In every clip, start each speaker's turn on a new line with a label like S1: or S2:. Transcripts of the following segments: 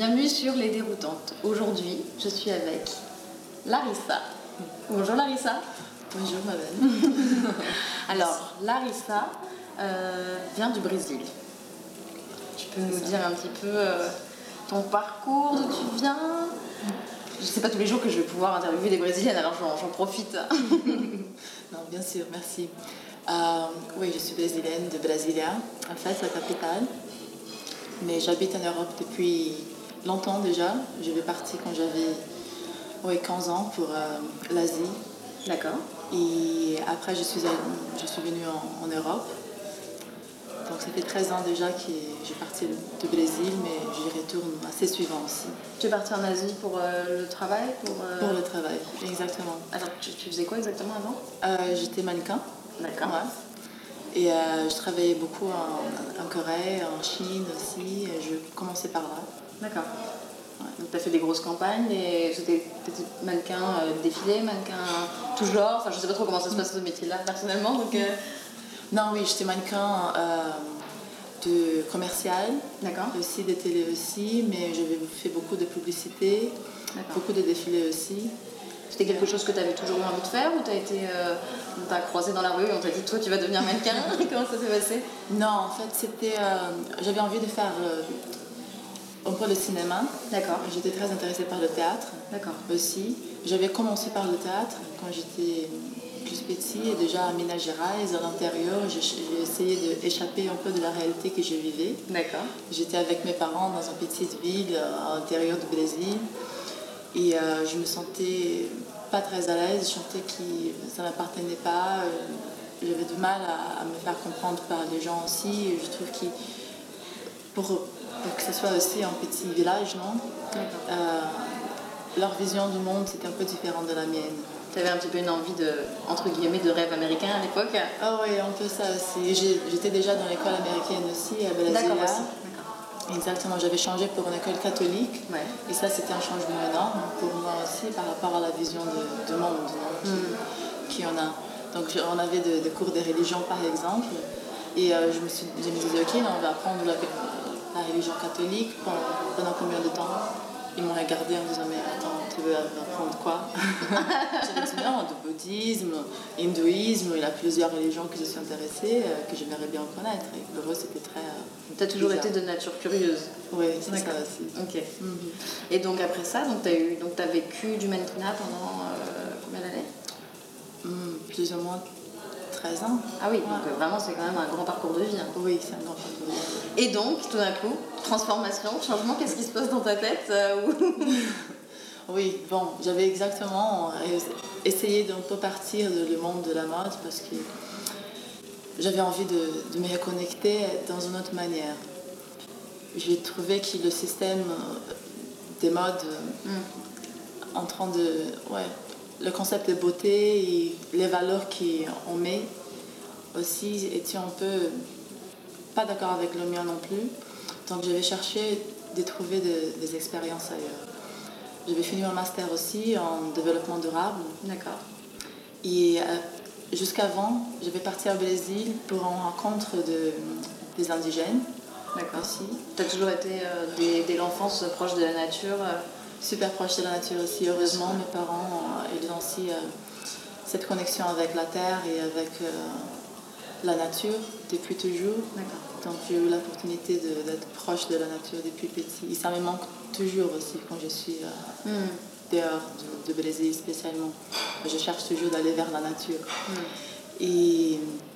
S1: Bienvenue sur Les Déroutantes. Aujourd'hui, je suis avec Larissa. Bonjour Larissa.
S2: Bonjour madame.
S1: Alors, Larissa vient du Brésil. Tu peux nous dire un petit peu ton parcours, d'où tu viens? Je ne sais pas tous les jours que je vais pouvoir interviewer des Brésiliennes, alors j'en profite.
S2: Non, bien sûr, merci. Oui, je suis brésilienne de Brasilia, en fait, la capitale. Mais j'habite en Europe depuis longtemps déjà. Je vais partir quand j'avais 15 ans pour l'Asie.
S1: D'accord.
S2: Et après, je suis venue en Europe. Donc ça fait 13 ans déjà que j'ai parti du Brésil, mais j'y retourne assez souvent aussi.
S1: Tu es partie en Asie pour le travail
S2: Pour le travail, exactement.
S1: Alors, tu faisais quoi exactement avant?
S2: J'étais mannequin.
S1: D'accord.
S2: Ouais. Et je travaillais beaucoup en Corée, en Chine aussi. Je commençais par là.
S1: D'accord. Ouais. Donc tu as fait des grosses campagnes, et t'étais mannequin défilé, mannequin tout genre. Enfin, je sais pas trop comment ça se passe ce métier-là personnellement. Donc,
S2: Non, oui, j'étais mannequin de commercial,
S1: d'accord.
S2: Aussi de télé aussi, mais j'avais fait beaucoup de publicité, beaucoup de défilés aussi.
S1: C'était quelque chose que tu avais toujours eu envie de faire, ou on t'a croisé dans la rue et on t'a dit toi tu vas devenir mannequin? Comment ça s'est passé?
S2: Non, en fait j'avais envie de faire un peu le cinéma.
S1: D'accord.
S2: J'étais très intéressée par le théâtre.
S1: D'accord.
S2: Aussi. J'avais commencé par le théâtre quand j'étais plus petite, et déjà à Minas Gerais, à l'intérieur, j'ai essayé d'échapper un peu de la réalité que je vivais.
S1: D'accord.
S2: J'étais avec mes parents dans une petite ville à l'intérieur du Brésil. Et je me sentais pas très à l'aise, je sentais que ça ne m'appartenait pas. J'avais du mal à me faire comprendre par les gens aussi. Et je trouve que pour que ce soit aussi un petit village, non, leur vision du monde c'était un peu différente de la mienne.
S1: Tu avais un petit peu une envie entre guillemets, de rêve américain à l'époque?
S2: Ah oui, un peu ça aussi. J'étais déjà dans l'école américaine aussi, à Brasilia.
S1: D'accord, aussi.
S2: Exactement, j'avais changé pour une école catholique.
S1: Ouais.
S2: Et ça, c'était un changement énorme pour moi aussi par rapport à la vision du monde qu'on a. Donc, on avait des cours de religion, par exemple. Et je me disais, ok, on va apprendre la religion catholique pendant combien de temps? Ils m'ont regardé en disant, mais attends, tu veux apprendre quoi? J'avais dit non, du bouddhisme, hindouisme, il y a plusieurs religions que je suis intéressée, que j'aimerais bien connaître. Et pour eux, c'était très.
S1: Tu as toujours été de nature curieuse?
S2: Oui, c'est ça aussi.
S1: Ok. Et donc après ça, tu as vécu du mannequinat pendant combien d'années?
S2: Plus ou moins 13 ans.
S1: Ah oui, donc vraiment c'est quand même un grand parcours de vie. Hein.
S2: Oui, c'est un grand parcours de vie.
S1: Et donc, tout d'un coup, transformation, changement, qu'est-ce qui se passe dans ta tête
S2: Oui, bon, j'avais exactement essayé d'un peu partir du monde de la mode parce que j'avais envie de me reconnecter dans une autre manière. J'ai trouvé que le système des modes en train de... Ouais, le concept de beauté et les valeurs qu'on met aussi étaient un peu pas d'accord avec le mien non plus. Donc j'avais cherché de trouver des expériences ailleurs. J'avais fini mon master aussi en développement durable.
S1: D'accord.
S2: Et jusqu'avant, j'avais parti au Brésil pour une rencontre des indigènes.
S1: D'accord. Tu as toujours été dès l'enfance proche de la nature?
S2: Super proche de la nature aussi. Heureusement, mes parents ils ont aussi cette connexion avec la terre et avec la nature depuis toujours.
S1: D'accord.
S2: Donc j'ai eu l'opportunité d'être proche de la nature depuis petit. Et ça me manque toujours aussi quand je suis dehors du Brésil spécialement. Je cherche toujours d'aller vers la nature. Et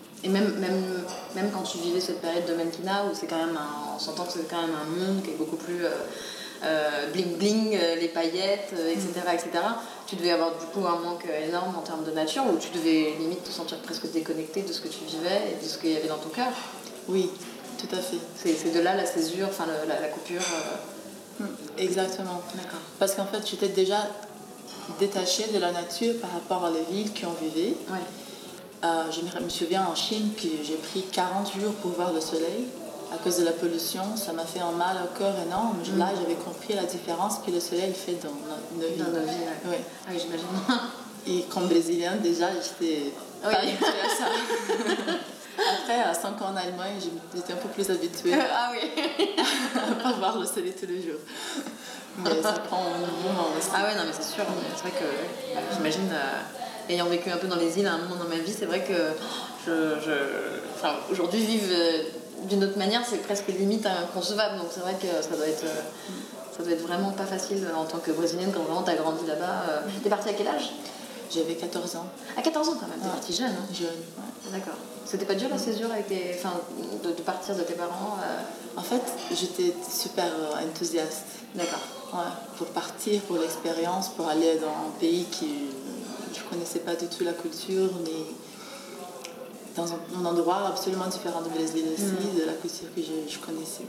S1: même quand tu vivais cette période de mannequinat, où c'est quand même on s'entend que c'est quand même un monde qui est beaucoup plus bling bling, les paillettes, etc. Tu devais avoir du coup un manque énorme en termes de nature, où tu devais limite te sentir presque déconnecté de ce que tu vivais et de ce qu'il y avait dans ton cœur.
S2: Oui, tout à fait.
S1: C'est de là la césure, enfin la coupure.
S2: Exactement.
S1: D'accord.
S2: Parce qu'en fait, j'étais déjà détachée de la nature par rapport à la ville qu'on vivait.
S1: Ouais.
S2: Je me souviens en Chine que j'ai pris 40 jours pour voir le soleil à cause de la pollution. Ça m'a fait un mal au corps énorme. Là, j'avais compris la différence que le soleil fait dans nos vies.
S1: Dans nos vies, ouais.
S2: Oui.
S1: Ah oui, j'imagine.
S2: Et comme brésilienne, déjà, j'étais pas habituée à ça. après, à 5 ans en Allemagne, j'étais un peu plus habituée
S1: Ah oui.
S2: à pas voir le soleil tous les jours. Mais ça prend un moment aussi.
S1: Ah ouais, non, mais c'est sûr. C'est vrai que j'imagine, ayant vécu un peu dans les îles à un moment dans ma vie, c'est vrai que enfin, aujourd'hui, vivre d'une autre manière, c'est presque limite inconcevable. Donc c'est vrai que ça doit être vraiment pas facile en tant que brésilienne quand vraiment t'as grandi là-bas. T'es partie à quel âge?
S2: J'avais 14 ans.
S1: À 14 ans quand même, t'es
S2: Ouais.
S1: partie jeune. Hein.
S2: Jeune, ouais.
S1: D'accord. C'était pas dur la césure avec enfin, de partir de tes parents
S2: En fait, j'étais super enthousiaste.
S1: D'accord.
S2: Ouais, pour partir, pour l'expérience, pour aller dans un pays qui je connaissais pas du tout la culture, mais dans un endroit absolument différent du Brésil aussi, de la culture que je connaissais.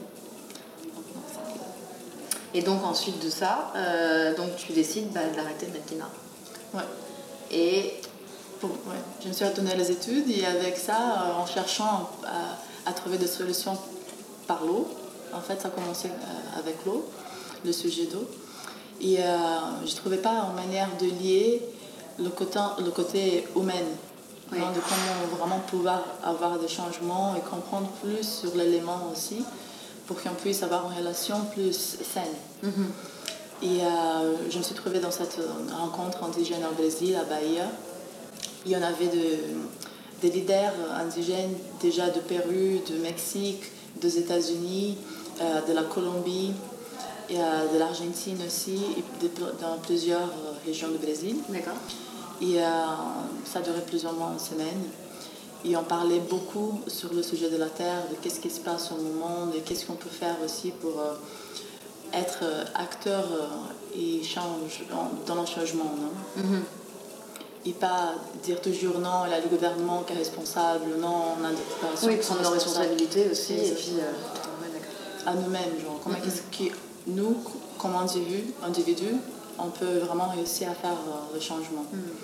S1: Et donc ensuite de ça, donc tu décides d'arrêter Medina.
S2: Ouais.
S1: Et
S2: Ouais. Je me suis retournée à les études et avec ça, en cherchant à trouver des solutions par l'eau, en fait ça a commencé avec l'eau, le sujet d'eau. Et je ne trouvais pas une manière de lier le côté humain,
S1: oui.
S2: de comment vraiment pouvoir avoir des changements et comprendre plus sur l'élément aussi, pour qu'on puisse avoir une relation plus saine.
S1: Mm-hmm.
S2: Et je me suis trouvée dans cette rencontre indigène au Brésil, à Bahia. Il y en avait des leaders indigènes déjà de Pérou, du Mexique, des États-Unis, de la Colombie, et, de l'Argentine aussi, et dans plusieurs régions du Brésil.
S1: D'accord.
S2: Et ça durait plus ou moins une semaine. Et on parlait beaucoup sur le sujet de la Terre, de qu'est-ce qui se passe au monde et qu'est-ce qu'on peut faire aussi pour être acteur et dans le changement. Non?
S1: Mm-hmm.
S2: Et pas dire toujours non, là, le gouvernement qui est responsable, non, on a des personnes
S1: oui, prendre nos responsabilités aussi, et puis
S2: à nous-mêmes, genre, comment est-ce que nous, comme individus, on peut vraiment réussir à faire le changement.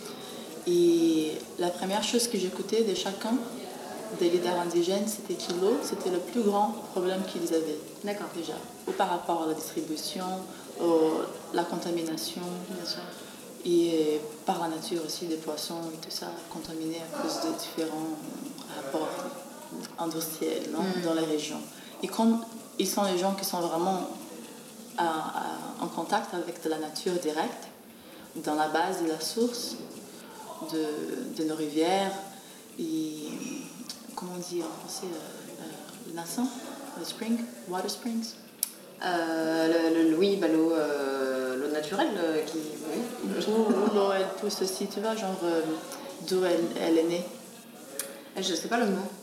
S2: Et la première chose que j'écoutais de chacun des leaders indigènes, c'était que l'eau, c'était le plus grand problème qu'ils avaient.
S1: D'accord.
S2: Déjà. Ou par rapport à la distribution, la contamination.
S1: Bien sûr.
S2: Et par la nature aussi, des poissons et tout ça, contaminés à cause de différents rapports industriels dans les régions. Et comme ils sont les gens qui sont vraiment en contact avec de la nature directe, dans la base de la source de nos rivières, et comment on dit en français, le nascent, le spring, water springs.
S1: Oui, l'eau naturelle qui. Oui.
S2: Où l'eau elle pousse aussi, tu vois, genre d'où elle est née.
S1: Je sais pas le nom.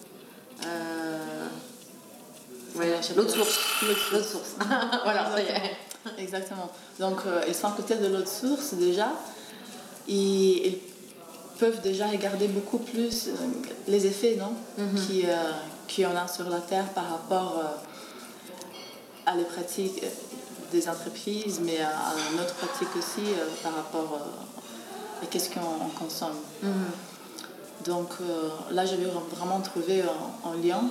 S1: Ouais, l'eau de source. L'eau de source. Voilà, ça y est.
S2: Exactement. Donc, ils sont à côté de l'eau de source déjà. Et ils peuvent déjà regarder beaucoup plus les effets qu'il y en a sur la Terre par rapport à les pratiques des entreprises, mais à notre pratique aussi par rapport à qu'est-ce qu'on consomme. Donc là, j'avais vraiment trouvé un lien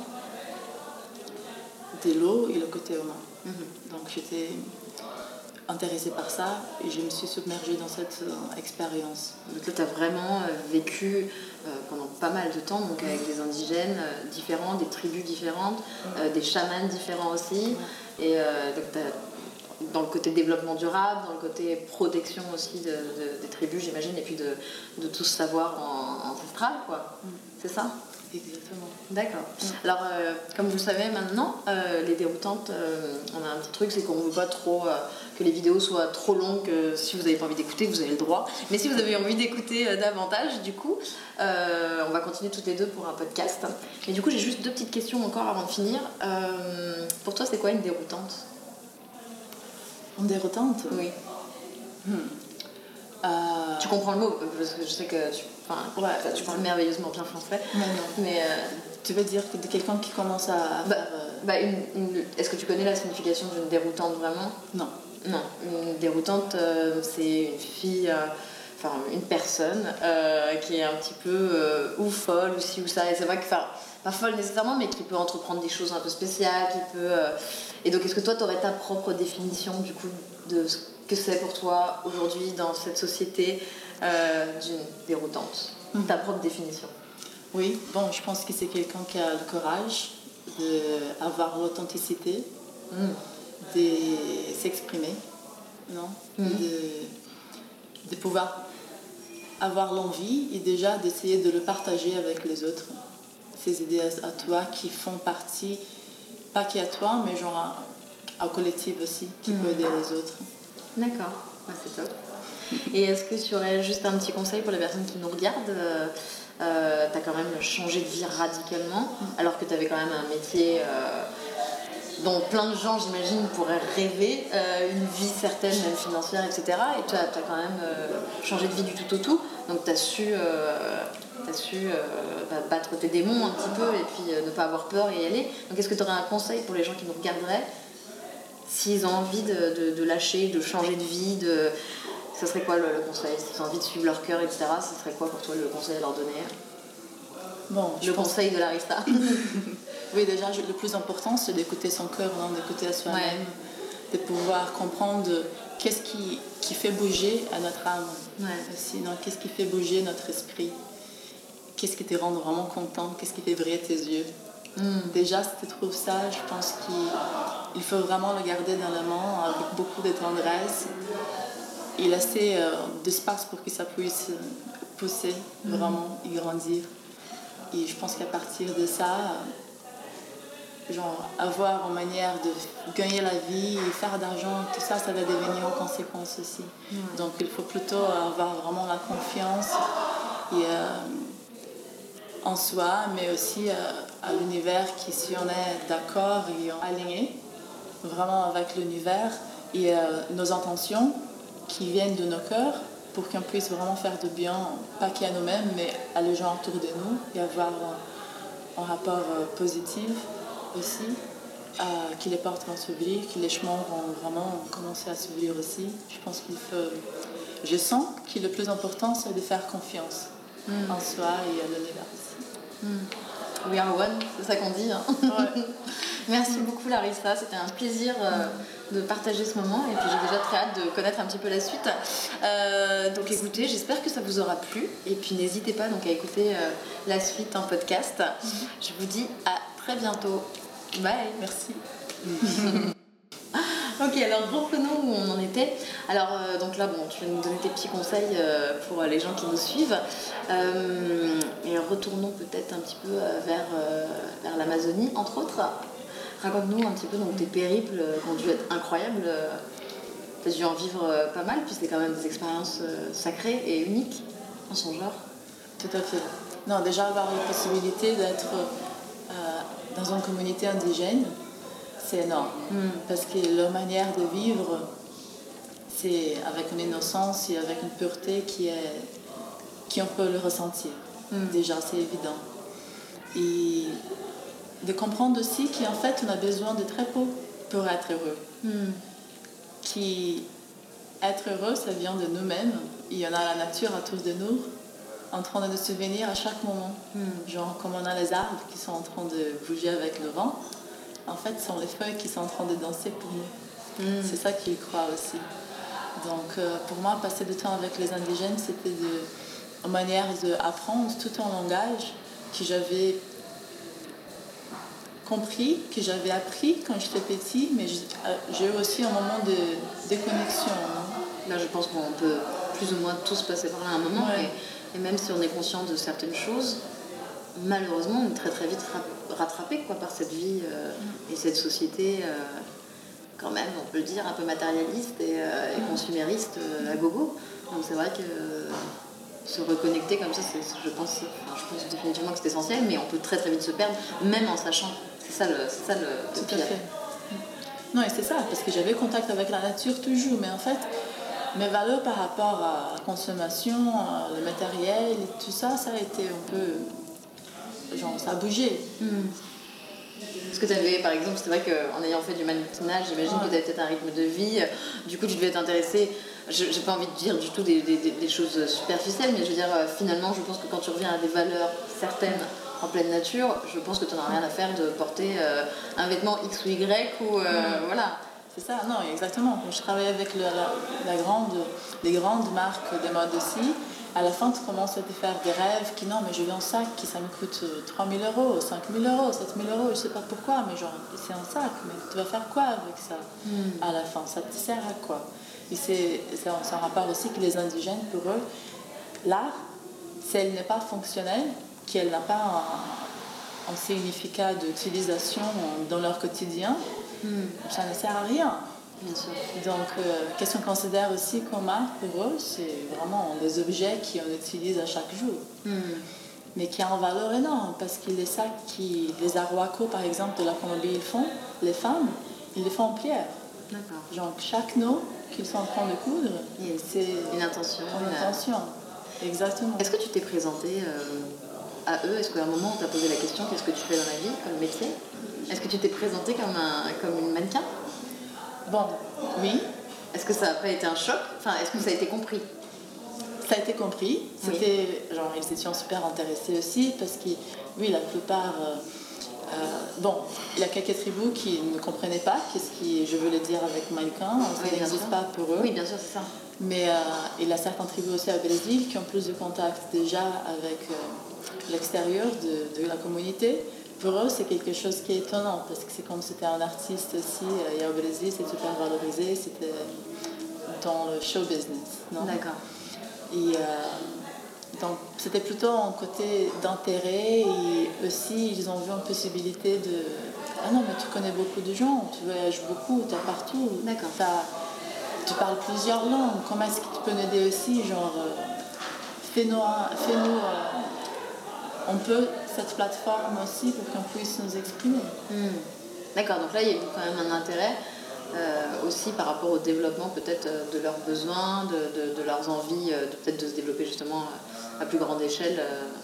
S2: de l'eau et le côté humain. Donc j'étais intéressée par ça et je me suis submergée dans cette expérience.
S1: Donc là, tu as vraiment vécu pendant pas mal de temps donc avec des indigènes différents, des tribus différentes, des chamans différents aussi. Et donc dans le côté développement durable, dans le côté protection aussi des tribus, j'imagine, et puis de tout ce savoir ancestral, quoi. C'est ça ?
S2: Exactement.
S1: D'accord. Alors, comme vous le savez maintenant, les déroutantes, on a un petit truc, c'est qu'on ne veut pas trop que les vidéos soient trop longues. Si vous n'avez pas envie d'écouter, vous avez le droit. Mais si vous avez envie d'écouter davantage, du coup, on va continuer toutes les deux pour un podcast. Mais du coup, j'ai juste deux petites questions encore avant de finir. Pour toi, c'est quoi une déroutante ?
S2: Une déroutante ?
S1: Oui. Tu comprends le mot, parce que je sais que tu parles merveilleusement bien français. Mais
S2: tu veux dire de quelqu'un qui commence à faire...
S1: est-ce que tu connais la signification d'une déroutante vraiment ?
S2: Non.
S1: Non, une déroutante, c'est une fille, une personne qui est un petit peu ou folle ou ci ou ça. Et c'est vrai que, pas folle nécessairement, mais qui peut entreprendre des choses un peu spéciales, qui peut... Et donc, est-ce que toi, tu aurais ta propre définition, du coup, de ce que c'est pour toi, aujourd'hui, dans cette société d'une déroutante ? Ta propre définition.
S2: Oui, bon, je pense que c'est quelqu'un qui a le courage d'avoir l'authenticité, de s'exprimer, non? De pouvoir avoir l'envie et déjà d'essayer de le partager avec les autres. Ces idées à toi qui font partie, pas qu'à toi, mais genre au collectif aussi, qui peut aider les autres.
S1: D'accord, ouais, c'est top. Et est-ce que tu aurais juste un petit conseil pour les personnes qui nous regardent? Tu as quand même changé de vie radicalement, alors que tu avais quand même un métier dont plein de gens, j'imagine, pourraient rêver, une vie certaine, même financière, etc. Et tu as quand même changé de vie du tout au tout. Donc tu as su, battre tes démons un petit peu et puis ne pas avoir peur et y aller. Donc est-ce que tu aurais un conseil pour les gens qui nous regarderaient s'ils ont envie de lâcher, de changer de vie, ça serait quoi le conseil? S'ils ont envie de suivre leur cœur, etc., ce serait quoi pour toi le conseil à leur donner?
S2: Bon,
S1: le conseil de Larissa.
S2: Oui, déjà, le plus important, c'est d'écouter son cœur, non, d'écouter à soi-même, de pouvoir comprendre qu'est-ce qui fait bouger à notre âme. Sinon, qu'est-ce qui fait bouger notre esprit? Qu'est-ce qui te rend vraiment content? Qu'est-ce qui fait briller tes yeux? Déjà, si tu trouves ça, je pense qu'il faut vraiment le garder dans la main avec beaucoup de tendresse et laisser d'espace pour que ça puisse pousser vraiment et grandir. Et je pense qu'à partir de ça, genre avoir une manière de gagner la vie et faire d'argent, tout ça, ça va devenir en conséquence aussi. Donc il faut plutôt avoir vraiment la confiance et, en soi, mais aussi à l'univers qui, si on est d'accord et aligné vraiment avec l'univers et nos intentions qui viennent de nos cœurs, pour qu'on puisse vraiment faire du bien, pas qu'à nous-mêmes, mais à les gens autour de nous et avoir un rapport positif aussi, qui les portes vont s'ouvrir, que les chemins vont vraiment commencer à s'ouvrir aussi. Je pense qu'il faut... Je sens que le plus important, c'est de faire confiance en soi et à l'univers aussi.
S1: We are one, c'est ça qu'on dit. Hein.
S2: Ouais.
S1: Merci beaucoup Larissa, c'était un plaisir de partager ce moment et puis j'ai déjà très hâte de connaître un petit peu la suite. Donc écoutez, j'espère que ça vous aura plu et puis n'hésitez pas donc à écouter la suite en podcast. Je vous dis à très bientôt. Bye.
S2: Merci.
S1: Ok, alors reprenons où on en était. Alors, donc là, bon, tu vas nous donner tes petits conseils pour les gens qui nous suivent. Et retournons peut-être un petit peu vers l'Amazonie, entre autres. Raconte-nous un petit peu donc, tes périples qui ont dû être incroyables. Tu as dû en vivre pas mal, puis c'est quand même des expériences sacrées et uniques en son genre.
S2: Tout à fait. Non, déjà avoir la possibilité d'être dans une communauté indigène, c'est énorme. Parce que leur manière de vivre, c'est avec une innocence et avec une pureté qui on peut le ressentir. Déjà, c'est évident. Et de comprendre aussi qu'en fait, on a besoin de très peu pour être heureux. Être heureux, ça vient de nous-mêmes. Il y en a la nature autour de nous, en train de nous souvenir à chaque moment. Genre, comme on a les arbres qui sont en train de bouger avec le vent, en fait, ce sont les feuilles qui sont en train de danser pour nous. C'est ça qu'ils croient aussi. Donc, pour moi, passer du temps avec les indigènes, c'était une manière d'apprendre tout un langage que j'avais compris, que j'avais appris quand j'étais petit, mais j'ai eu aussi un moment de déconnexion.
S1: Là, je pense qu'on peut plus ou moins tous passer par là à un moment, et même si on est conscient de certaines choses, malheureusement, on est très très vite rattrapé par cette vie et cette société, quand même, on peut le dire, un peu matérialiste et consumériste à gogo. Donc c'est vrai que se reconnecter comme ça, je pense définitivement que c'est essentiel, mais on peut très très vite se perdre, même en sachant. C'est ça le
S2: tout à fait. Non, et c'est ça, parce que j'avais contact avec la nature toujours, mais en fait, mes valeurs par rapport à la consommation, le matériel et tout ça, ça a été un peu... genre, ça a bougé.
S1: Parce que tu avais, par exemple, c'est vrai qu'en ayant fait du mannequinage, j'imagine que tu avais peut-être un rythme de vie, du coup tu devais t'intéresser, j'ai pas envie de dire du tout des choses superficielles, mais je veux dire, finalement, je pense que quand tu reviens à des valeurs certaines en pleine nature, je pense que tu n'en as rien à faire de porter un vêtement X ou Y ou voilà.
S2: C'est ça, non, exactement. Je travaillais avec les grandes marques de mode aussi, À la fin, tu commences à te faire des rêves qui, non, mais je veux un sac qui ça me coûte 3 000 euros, 5 000 euros, 7 000 euros, je sais pas pourquoi, mais genre, c'est un sac, mais tu vas faire quoi avec ça à la fin? Ça te sert à quoi? Et c'est un rapport aussi que les indigènes, pour eux, l'art, si elle n'est pas fonctionnelle, qu'elle n'a pas un significat d'utilisation dans leur quotidien, ça ne sert à rien.
S1: Bien sûr.
S2: Donc, qu'est-ce qu'on considère aussi comme art pour eux? C'est vraiment des objets qu'on utilise à chaque jour, mais qui ont une valeur énorme, parce que les sacs, les arhuacos, par exemple, de la Colombie, ils font, les femmes, ils les font en pierre.
S1: D'accord.
S2: Genre, chaque nœud qu'ils sont en train de coudre, c'est
S1: une intention.
S2: Une intention, exactement.
S1: Est-ce que tu t'es présentée à eux? Est-ce qu'à un moment on t'a posé la question qu'est-ce que tu fais dans la vie comme métier? Est-ce que tu t'es présentée comme une mannequin?
S2: Bon, oui.
S1: Est-ce que ça n'a pas été un choc? Enfin, est-ce que ça a été compris?
S2: Ça a été compris. C'était, genre, ils étaient super intéressés aussi, parce que, oui, la plupart... bon, il y a quelques tribus qui ne comprenaient pas qu'est-ce que je voulais dire avec mannequin. Ça n'existe pas pour eux.
S1: Oui, bien sûr, c'est ça.
S2: Mais il y a certaines tribus aussi au Brésil qui ont plus de contact déjà avec l'extérieur de la communauté. Pour eux, c'est quelque chose qui est étonnant, parce que c'est comme si c'était un artiste aussi. Et au Brésil, c'est super valorisé. C'était dans le show business. Non?
S1: D'accord.
S2: Et donc, c'était plutôt un côté d'intérêt, et aussi, ils ont vu une possibilité de... Ah non, mais tu connais beaucoup de gens, tu voyages beaucoup, tu es partout.
S1: D'accord.
S2: Tu parles plusieurs langues. Comment est-ce que tu peux nous aider aussi? Genre, fais-nous on peut cette plateforme aussi pour qu'on puisse nous exprimer.
S1: D'accord, donc là, il y a eu quand même un intérêt aussi par rapport au développement peut-être de leurs besoins, de leurs envies, peut-être de se développer justement à plus grande échelle.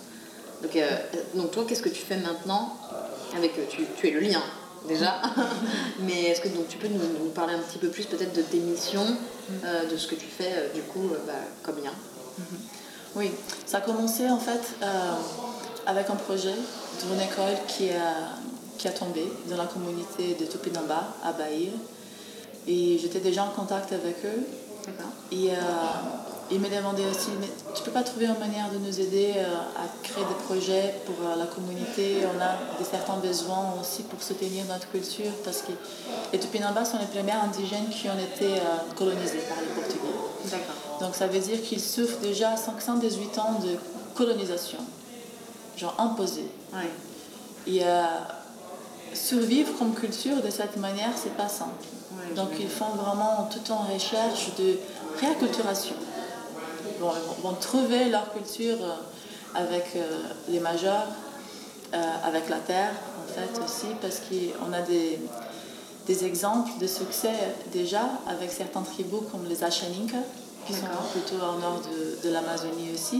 S1: Donc toi, qu'est-ce que tu fais maintenant avec tu es le lien déjà, mais est-ce que donc, tu peux nous parler un petit peu plus peut-être de tes missions, de ce que tu fais du coup comme lien?
S2: Oui, ça a commencé en fait avec un projet d'une école qui a tombé dans la communauté de Tupinamba à Bahia, et j'étais déjà en contact avec eux.
S1: D'accord.
S2: Et ils me demandaient aussi, mais tu peux pas trouver une manière de nous aider à créer des projets pour la communauté? On a certains besoins aussi pour soutenir notre culture, parce que les Tupinambas sont les premiers indigènes qui ont été colonisés par les Portugais.
S1: D'accord.
S2: Donc ça veut dire qu'ils souffrent déjà 518 ans de colonisation, genre imposée.
S1: Ouais.
S2: Et survivre comme culture de cette manière, c'est pas simple.
S1: Ouais,
S2: donc ils font vraiment tout en recherche de réacculturation. Bon, ils vont trouver leur culture avec les majeurs, avec la terre en fait aussi, parce qu'on a des exemples de succès déjà avec certaines tribus comme les Achaninka, qui sont plutôt au nord de l'Amazonie aussi.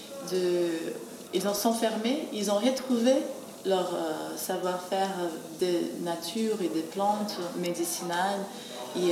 S2: Ils en sont fermés, ils ont retrouvé leur savoir-faire de nature et des plantes médicinales et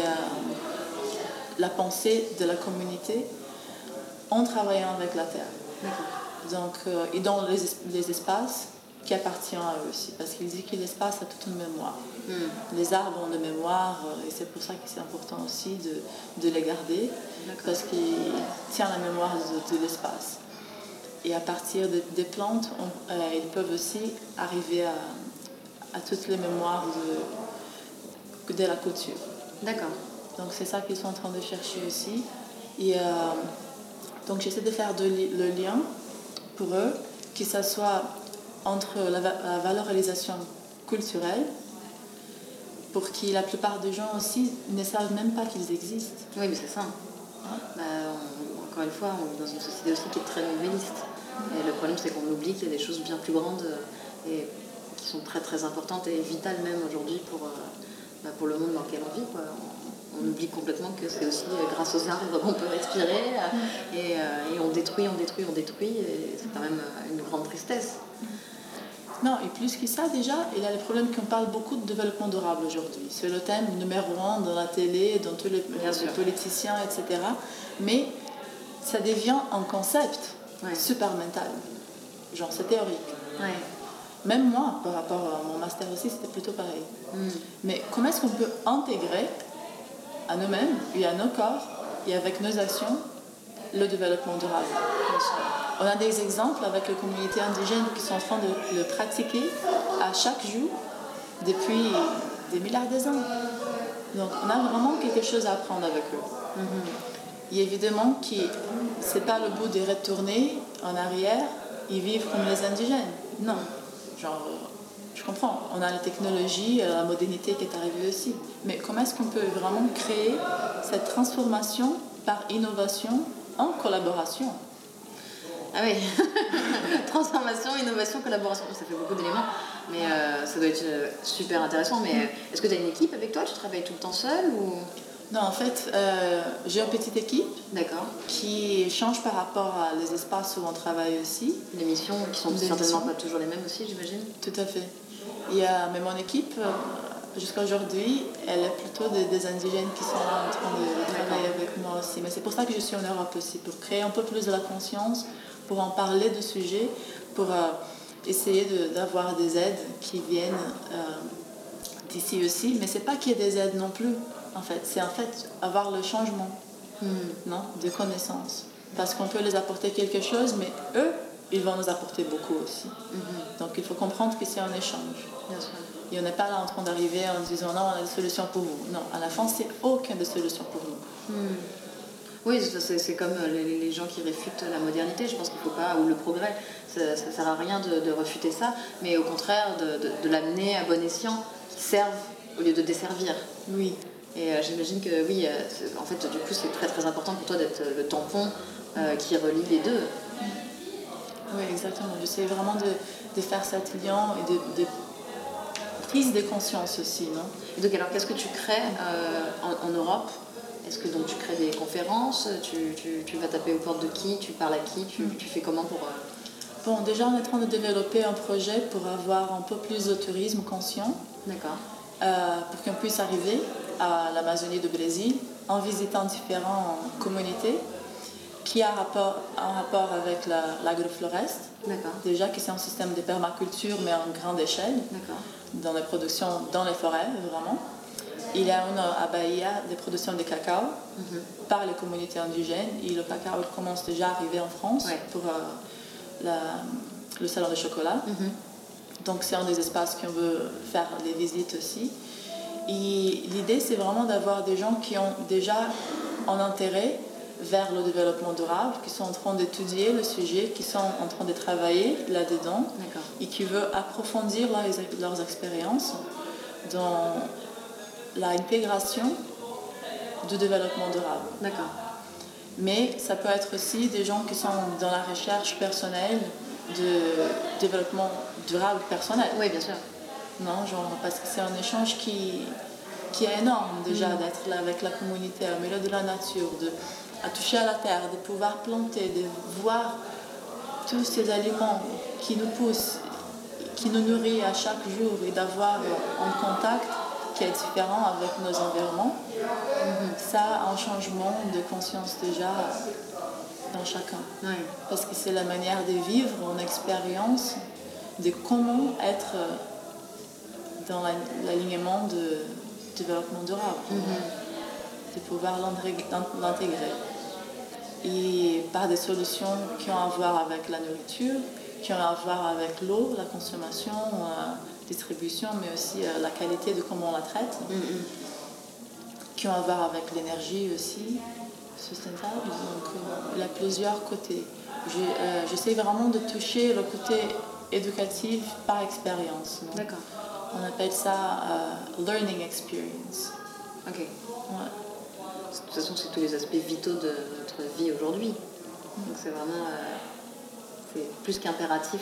S2: la pensée de la communauté en travaillant avec la terre. Donc, et dans les espaces qui appartiennent à eux aussi, parce qu'il dit que l'espace a toute une mémoire. Les arbres ont de mémoire, et c'est pour ça que c'est important aussi de les garder, parce qu'ils tiennent la mémoire de l'espace. Et à partir des plantes, ils peuvent aussi arriver à toutes les mémoires de la culture.
S1: D'accord.
S2: Donc c'est ça qu'ils sont en train de chercher aussi. Et donc j'essaie de faire le lien pour eux, que ce soit entre la valorisation culturelle, pour que la plupart des gens aussi ne savent même pas qu'ils existent.
S1: Oui, mais c'est ça. Encore une fois, on vit dans une société aussi qui est très nouvelliste. Et le problème, c'est qu'on oublie qu'il y a des choses bien plus grandes et qui sont très très importantes et vitales même aujourd'hui pour le monde dans lequel on vit, quoi. On oublie complètement que c'est aussi grâce aux arbres qu'on peut respirer et on détruit, et c'est quand même une grande tristesse.
S2: Non, et plus que ça déjà, il y a le problème qu'on parle beaucoup de développement durable aujourd'hui. C'est le thème numéro 1 dans la télé, dans tous les politiciens, etc. Mais ça devient un concept super mental. Genre, c'est théorique.
S1: Ouais.
S2: Même moi, par rapport à mon master aussi, c'était plutôt pareil. Mais comment est-ce qu'on peut intégrer à nous-mêmes et à nos corps et avec nos actions le développement durable. On a des exemples avec les communautés indigènes qui sont en train de le pratiquer à chaque jour depuis des milliards d'années. Donc on a vraiment quelque chose à apprendre avec eux. Et évidemment que ce n'est pas le but de retourner en arrière et vivre comme les indigènes. Non. Genre, je comprends, on a la technologie, la modernité qui est arrivée aussi. Mais comment est-ce qu'on peut vraiment créer cette transformation par innovation en collaboration?
S1: Ah oui, transformation, innovation, collaboration, ça fait beaucoup d'éléments, mais ça doit être super intéressant. Mais est-ce que tu as une équipe avec toi? Tu travailles tout le temps seul ou...
S2: Non, en fait, j'ai une petite équipe.
S1: D'accord.
S2: Qui change par rapport à les espaces où on travaille aussi.
S1: Les missions qui sont certainement pas toujours les mêmes aussi, j'imagine.
S2: Tout à fait. Mais mon équipe, jusqu'à aujourd'hui, elle est plutôt des indigènes qui sont là en train de travailler avec moi aussi. Mais c'est pour ça que je suis en Europe aussi, pour créer un peu plus de la conscience, pour en parler de sujets, pour essayer d'avoir des aides qui viennent d'ici aussi. Mais c'est pas qu'il y ait des aides non plus, en fait. C'est en fait avoir le changement non, de connaissances. Parce qu'on peut les apporter quelque chose, mais eux, ils vont nous apporter beaucoup aussi. Donc il faut comprendre que c'est un échange.
S1: Bien sûr.
S2: Et on n'est pas là en train d'arriver en disant non, on a des solutions pour vous. Non, à la fin, c'est aucune des solutions pour nous.
S1: Oui, c'est comme les gens qui réfutent la modernité. Je pense qu'il ne faut pas, ou le progrès, ça ne sert à rien de refuter ça, mais au contraire de l'amener à bon escient, qui serve au lieu de desservir.
S2: Oui.
S1: Et j'imagine que oui, en fait, du coup, c'est très très important pour toi d'être le tampon qui relie les deux.
S2: Oui, exactement. J'essaie vraiment de faire cet lien et de prise de conscience aussi, non?
S1: Et donc, alors, qu'est-ce que tu crées en Europe? Est-ce que donc tu crées des conférences? Tu vas taper aux portes de qui? Tu parles à qui? Tu fais comment pour...
S2: Bon, déjà, on est en train de développer un projet pour avoir un peu plus de tourisme conscient.
S1: D'accord.
S2: Pour qu'on puisse arriver à l'Amazonie du Brésil en visitant différentes communautés qui a un rapport avec l'agrofloreste.
S1: D'accord.
S2: Déjà que c'est un système de permaculture mais en grande échelle.
S1: D'accord.
S2: Dans la production dans les forêts, vraiment. Il y a une à Bahia des productions de cacao par les communautés indigènes et le cacao commence déjà à arriver en France pour le salon de chocolat. Donc c'est un des espaces qu'on veut faire les visites aussi. Et l'idée c'est vraiment d'avoir des gens qui ont déjà un intérêt vers le développement durable, qui sont en train d'étudier le sujet, qui sont en train de travailler là-dedans et qui veulent approfondir leurs expériences dans l'intégration du développement durable.
S1: D'accord.
S2: Mais ça peut être aussi des gens qui sont dans la recherche personnelle de développement durable personnel.
S1: Oui, bien sûr.
S2: Non, genre, parce que c'est un échange qui est énorme déjà, d'être là avec la communauté, au milieu de la nature, à toucher à la terre, de pouvoir planter, de voir tous ces aliments qui nous poussent, qui nous nourrissent à chaque jour et d'avoir un contact qui est différent avec nos environnements. Ça a un changement de conscience déjà dans chacun.
S1: Oui.
S2: Parce que c'est la manière de vivre une expérience de comment être dans l'alignement de développement durable, de pouvoir l'intégrer. Et par des solutions qui ont à voir avec la nourriture, qui ont à voir avec l'eau, la consommation, distribution, mais aussi la qualité de comment on la traite, qui ont à voir avec l'énergie aussi, sustentable. Donc il y a plusieurs côtés. J'essaie vraiment de toucher le côté éducatif par expérience.
S1: D'accord.
S2: On appelle ça learning experience.
S1: Ok.
S2: Ouais.
S1: De toute façon, c'est tous les aspects vitaux de notre vie aujourd'hui. Donc c'est vraiment c'est plus qu'impératif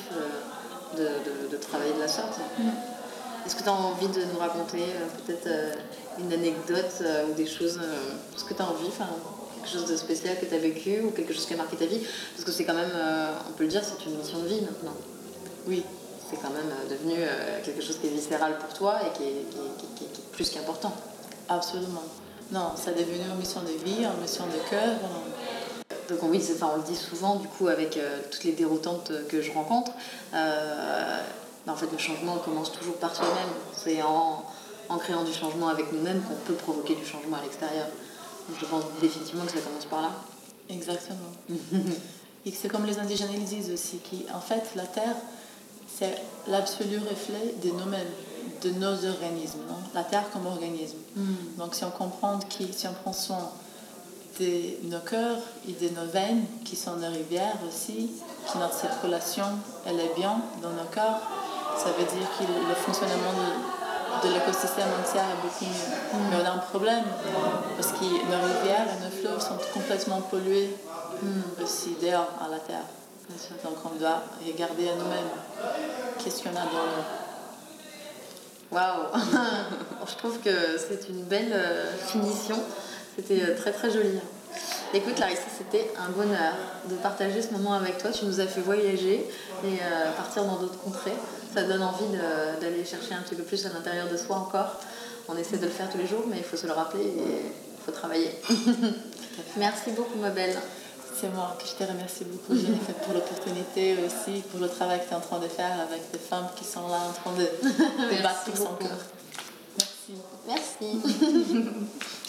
S1: de travailler de la sorte. Est-ce que tu as envie de nous raconter peut-être une anecdote ou des choses, ce que tu as envie, quelque chose de spécial que tu as vécu ou quelque chose qui a marqué ta vie? Parce que c'est quand même, on peut le dire, c'est une mission de vie maintenant.
S2: Oui.
S1: C'est quand même devenu quelque chose qui est viscéral pour toi et qui est plus qu'important.
S2: Absolument. Non, ça est devenu une mission de vie, une mission de cœur.
S1: Donc oui, on le dit souvent du coup avec toutes les déroutantes que je rencontre. En fait, le changement commence toujours par soi-même. C'est en créant du changement avec nous-mêmes qu'on peut provoquer du changement à l'extérieur. Donc je pense définitivement que ça commence par là.
S2: Exactement. Et c'est comme les indigènes, ils disent aussi qu'en fait, la Terre, c'est l'absolu reflet de nous-mêmes, de nos organismes, non? La Terre comme organisme. Donc si on comprend si on prend soin de nos cœurs et de nos veines, qui sont nos rivières aussi, que notre circulation, elle est bien dans nos cœurs, ça veut dire que le fonctionnement de l'écosystème entier est beaucoup mieux. Mais on a un problème, parce que nos rivières et nos fleuves sont complètement pollués aussi dehors à la Terre. Donc on doit regarder à nous-mêmes qu'est-ce qu'on a dans nous.
S1: Waouh. Je trouve que c'est une belle finition. C'était très très joli. Écoute Larissa, c'était un bonheur de partager ce moment avec toi. Tu nous as fait voyager et partir dans d'autres contrées. Ça donne envie d'aller chercher un petit peu plus à l'intérieur de soi encore. On essaie de le faire tous les jours, mais il faut se le rappeler et il faut travailler. Merci beaucoup ma belle.
S2: C'est moi que je te remercie beaucoup, Jennifer, pour l'opportunité aussi, pour le travail que tu es en train de faire avec des femmes qui sont là en train de battre pour son cœur.
S1: Merci. Merci.